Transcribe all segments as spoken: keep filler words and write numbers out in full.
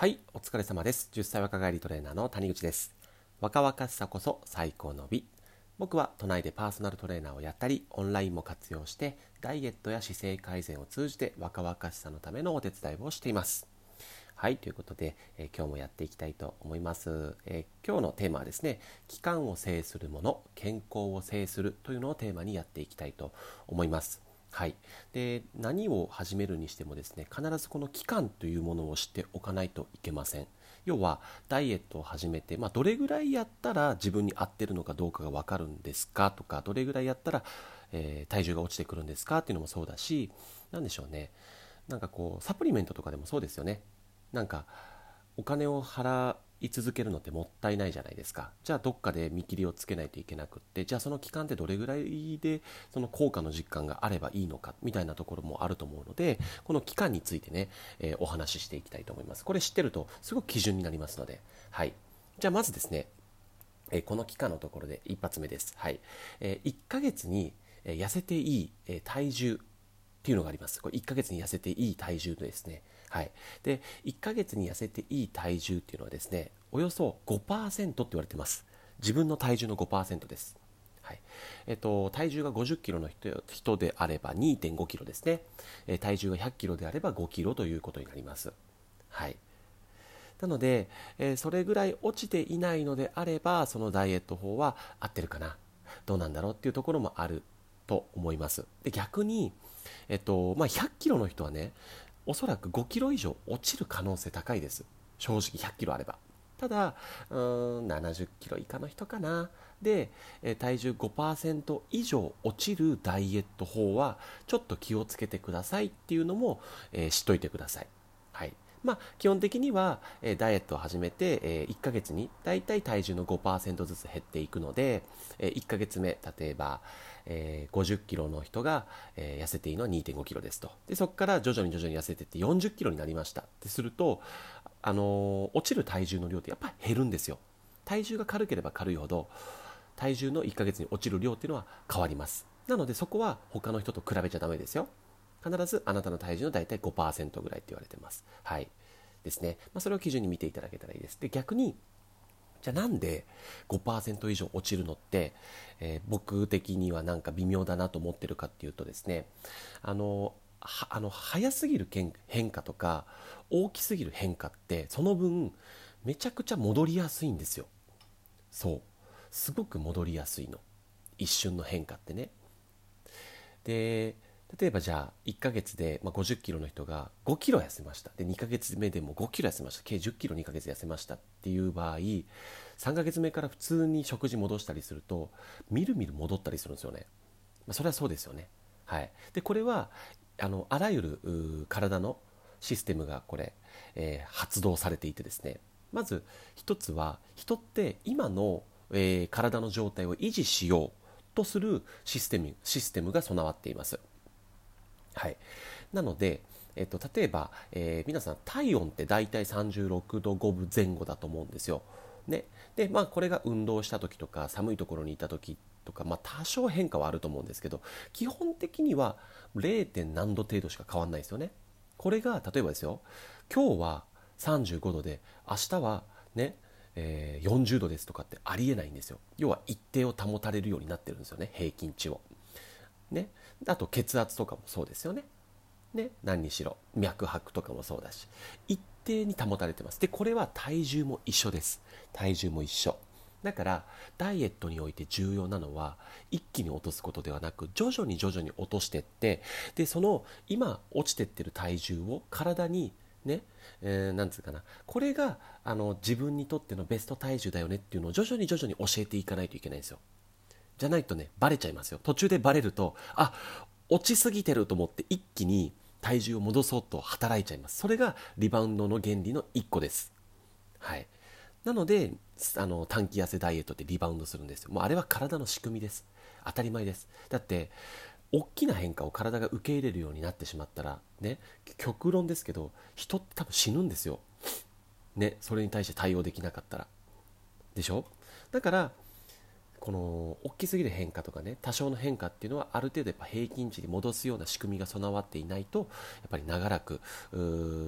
はい、お疲れ様です。じゅっさい若返りトレーナーの谷口です。若々しさこそ最高の美。僕は都内でパーソナルトレーナーをやったり、オンラインも活用して、ダイエットや姿勢改善を通じて若々しさのためのお手伝いをしています。はい、ということで、えー今日もやっていきたいと思います、えー今日のテーマはですね、期間を制するもの、健康を制するというのをテーマにやっていきたいと思います。はい、で何を始めるにしてもですね、必ずこの期間というものを知っておかないといけません。要はダイエットを始めて、まあ、どれぐらいやったら自分に合ってるのかどうかが分かるんですかとか、どれぐらいやったら、えー体重が落ちてくるんですかっていうのもそうだし、なんでしょうね、なんかこうサプリメントとかでもそうですよね。なんかお金を払い続けるのってもったいないじゃないですか。じゃあどっかで見切りをつけないといけなくって、じゃあその期間ってどれぐらいでその効果の実感があればいいのかみたいなところもあると思うので、この期間についてね、えーお話ししていきたいと思います。これ知ってるとすごく基準になりますので。はい、じゃあまずですね、えーこの期間のところで一発目です。はい、えーいっかげつにえー痩せていい、えー体重っていうのがあります。これいっかげつに痩せていい体重ですね。はい。で、いっかげつに痩せていい体重っていうのはですね、およそごパーセントって言われてます。自分の体重のごパーセントです。はい。えっと、体重がごじゅっキロの人人であればにてんごキロですね。えー体重がひゃっキロであればごキロということになります。はい。なので、えーそれぐらい落ちていないのであれば、そのダイエット法は合ってるかな、どうなんだろうっていうところもあると思います。で、逆に、えっとまあ、ひゃっキロの人はね、おそらくごキロ以上落ちる可能性高いです。正直ひゃっキロあれば。ただ、うーん、ななじゅっキロ以下の人かな。で、えー体重ごパーセント以上落ちるダイエット法は、ちょっと気をつけてくださいっていうのも、えー知っといてください。はい。まあ、基本的には、えーダイエットを始めて、えーいっかげつにだいたい体重のごパーセントずつ減っていくので、えーいっかげつめ、例えば、えーごじゅっキロの人が、えー痩せていいのはにてんごキロですと。で、そこから徐々に徐々に痩せていってよんじゅっキロになりましたってすると、あのー落ちる体重の量ってやっぱり減るんですよ。体重が軽ければ軽いほど、体重のいっかげつに落ちる量っていうのは変わります。なのでそこは他の人と比べちゃダメですよ。必ずあなたの体重の大体ごパーセントぐらいって言われてます。はい。ですね。まあ、それを基準に見ていただけたらいいです。で、逆に、じゃあなんでごパーセント以上落ちるのって、えー僕的にはなんか微妙だなと思ってるかっていうとですね、あの、はあの早すぎる変変化とか大きすぎる変化ってその分めちゃくちゃ戻りやすいんですよ。そう、すごく戻りやすいの、一瞬の変化ってね。で、例えばじゃあいっかげつで、まあ、ごじゅっキロの人がごキロ痩せました。で、にかげつめでもごキロ痩せました。計じゅっキロにかげつ痩せましたっていう場合、さんかげつめから普通に食事戻したりすると、みるみる戻ったりするんですよね。まあ、それはそうですよね。はい。で、これは、あの、あらゆるう体のシステムがこれ、えー発動されていてですね、まず一つは、人って今の、えー体の状態を維持しようとするシステム、システムが備わっています。はい。なので、えっと、例えば、えー皆さん体温って大体さんじゅうろくどごぶ前後だと思うんですよ。ね。で、まあこれが運動した時とか寒いところにいた時とか、まあ多少変化はあると思うんですけど、基本的には れい. 点何度程度しか変わんないですよね。これが例えばですよ、今日はさんじゅうごどで明日はね、えーよんじゅうどですとかってありえないんですよ。要は一定を保たれるようになってるんですよね、平均値を。ね。あと血圧とかもそうですよね。ね、何にしろ脈拍とかもそうだし、一定に保たれてます。で、これは体重も一緒です。体重も一緒だから、ダイエットにおいて重要なのは一気に落とすことではなく、徐々に徐々に落としていって、でその今落ちてってる体重を体にね、えーなんつうかな、これがあの自分にとってのベスト体重だよねっていうのを徐々に徐々に教えていかないといけないんですよ。じゃないとね、バレちゃいますよ。途中でバレると、あ、落ちすぎてると思って一気に体重を戻そうと働いちゃいます。それがリバウンドの原理の一個です。はい。なので、あの短期痩せダイエットってリバウンドするんですよ。もうあれは体の仕組みです。当たり前です。だって、大きな変化を体が受け入れるようになってしまったら、ね、極論ですけど、人って多分死ぬんですよ。ね、それに対して対応できなかったら。でしょ。だから、この大きすぎる変化とかね、多少の変化っていうのはある程度やっぱ平均値に戻すような仕組みが備わっていないと、やっぱり長らく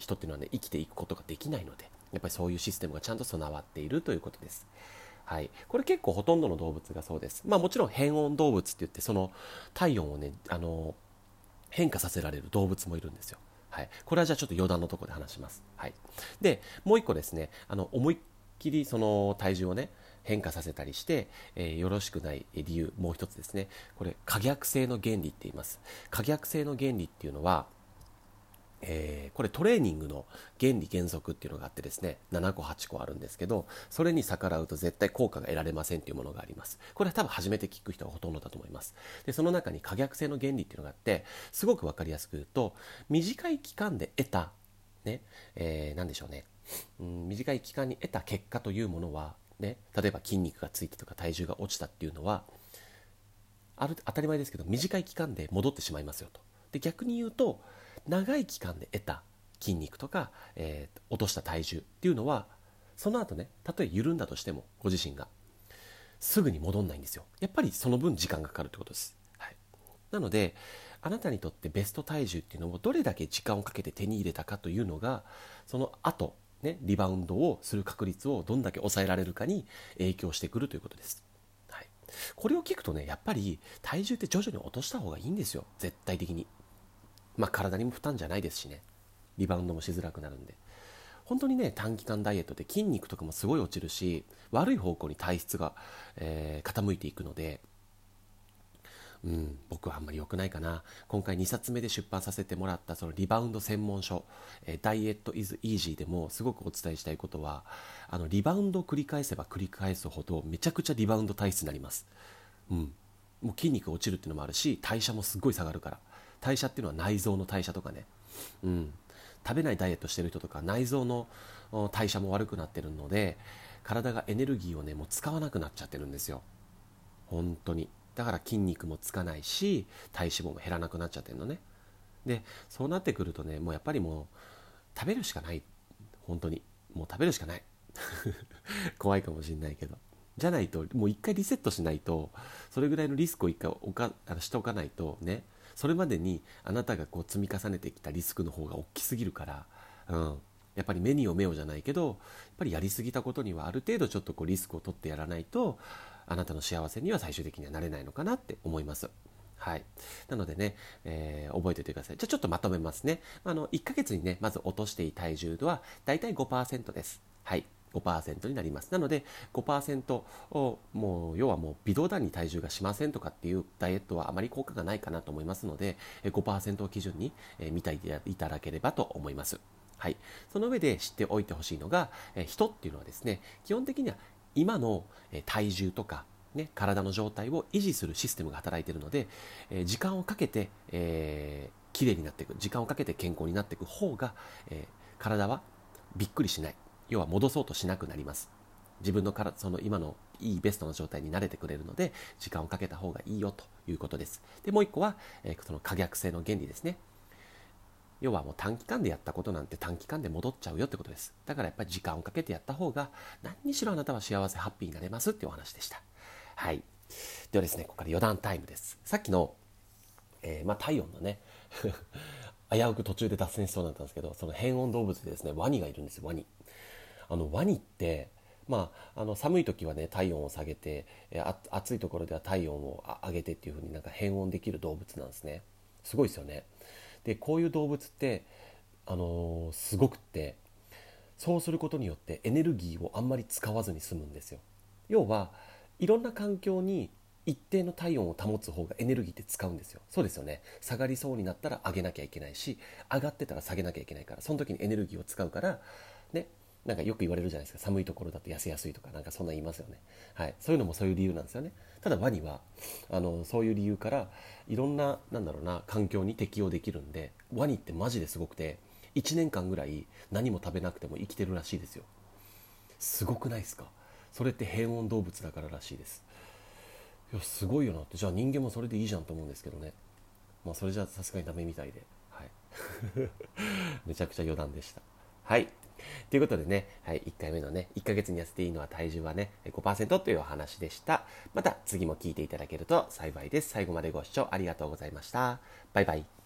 人っていうのはね生きていくことができないので、やっぱりそういうシステムがちゃんと備わっているということです。はい、これ結構ほとんどの動物がそうです。まあもちろん変温動物って言ってその体温をねあの変化させられる動物もいるんですよ。はい、これはじゃあちょっと余談のところで話します。はい、でもう一個ですね、あの思いっきりその体重をね変化させたりして、えーよろしくない理由もう一つですね、これ可逆性の原理って言います。可逆性の原理っていうのは、えーこれトレーニングの原理原則っていうのがあってですね、ななこはちこあるんですけど、それに逆らうと絶対効果が得られませんっていうものがあります。これは多分初めて聞く人がほとんどだと思います。でその中に可逆性の原理っていうのがあって、すごく分かりやすく言うと、短い期間で得たね、えー、何でしょうね、うん、短い期間に得た結果というものはね、例えば筋肉がついたとか体重が落ちたっていうのはある当たり前ですけど短い期間で戻ってしまいますよと。で逆に言うと、長い期間で得た筋肉とか、えー落とした体重っていうのはその後ね、たとえ緩んだとしてもご自身がすぐに戻んないんですよ。やっぱりその分時間がかかるってことです。はい、なのであなたにとってベスト体重っていうのをどれだけ時間をかけて手に入れたかというのが、その後ねリバウンドをする確率をどんだけ抑えられるかに影響してくるということです。はい、これを聞くとね、やっぱり体重って徐々に落とした方がいいんですよ、絶対的に。まあ体にも負担じゃないですしね、リバウンドもしづらくなるんで。本当にね、短期間ダイエットで筋肉とかもすごい落ちるし、悪い方向に体質が、えー傾いていくので、うん、僕はあんまり良くないかな。今回にさつめで出版させてもらったそのリバウンド専門書、えーダイエットイズイージーでもすごくお伝えしたいことは、あのリバウンドを繰り返せば繰り返すほどめちゃくちゃリバウンド体質になります。うん、もう筋肉が落ちるっていうのもあるし、代謝もすっごい下がるから。代謝っていうのは内臓の代謝とかね、うん、食べないダイエットしてる人とか内臓のお代謝も悪くなってるので、体がエネルギーをねもう使わなくなっちゃってるんですよ、本当に。だから筋肉もつかないし体脂肪も減らなくなっちゃってるのね。でそうなってくるとね、もうやっぱりもう食べるしかない。本当にもう食べるしかない。怖いかもしれないけど、じゃないともう一回リセットしないと、それぐらいのリスクを一回おかあのしておかないとね、それまでにあなたがこう積み重ねてきたリスクの方が大きすぎるから、うん、やっぱり目にを目をじゃないけど、やっぱりやりすぎたことにはある程度ちょっとこうリスクを取ってやらないと、あなたの幸せには最終的にはなれないのかなって思います。はい、なのでね、えー覚えておいてください。じゃあちょっとまとめますね。あのいっかげつにねまず落としていい体重度はだいたいごパーセントです。はい、ごパーセントになります。なのでごパーセントをもう要はもう微動だに体重がしませんとかっていうダイエットはあまり効果がないかなと思いますので、えーごパーセントを基準に、えー見ていただければと思います。はい、その上で知っておいてほしいのが、えー人っていうのはですね、基本的には今のえー体重とかね、体の状態を維持するシステムが働いているので、えー時間をかけて、えー、綺麗になっていく、時間をかけて健康になっていく方が、えー体はびっくりしない、要は戻そうとしなくなります。自分のからその今のいいベストの状態に慣れてくれるので、時間をかけた方がいいよということです。でもう一個は、えーその可逆性の原理ですね。要はもう短期間でやったことなんて短期間で戻っちゃうよってことです。だからやっぱり時間をかけてやった方が何にしろあなたは幸せハッピーになれますっていうお話でした。はい。ではですね、ここから余談タイムです。さっきの、えーまあ、体温のね危うく途中で脱線しそうだったんですけど、その変温動物でですね、ワニがいるんですよ。ワニ。あのワニって、まあ、あの寒い時はね体温を下げて、えーあ暑いところでは体温をあ上げてっていう風になんか変温できる動物なんですね。すごいですよね。でこういう動物って、あのーすごくって、そうすることによってエネルギーをあんまり使わずに済むんですよ。要はいろんな環境に一定の体温を保つ方がエネルギーって使うんですよ。そうですよね。下がりそうになったら上げなきゃいけないし、上がってたら下げなきゃいけないから、その時にエネルギーを使うからね。なんかよく言われるじゃないですか、寒いところだと痩せやすいとか、なんかそんな言いますよね。はい、そういうのもそういう理由なんですよね。ただワニはあのそういう理由からいろんな、なんだろうな、環境に適応できるんで、ワニってマジですごくて、いちねんかんぐらい何も食べなくても生きてるらしいですよ。すごくないですか？それって変温動物だかららしいです。いやすごいよなって。じゃあ人間もそれでいいじゃんと思うんですけどね。まあそれじゃさすがにダメみたいで、はい、めちゃくちゃ余談でした。はい、ということでね、はい、いっかいめのね、いっかげつに痩せていいのは体重はね ごパーセント というお話でした。また次も聞いていただけると幸いです。最後までご視聴ありがとうございました。バイバイ。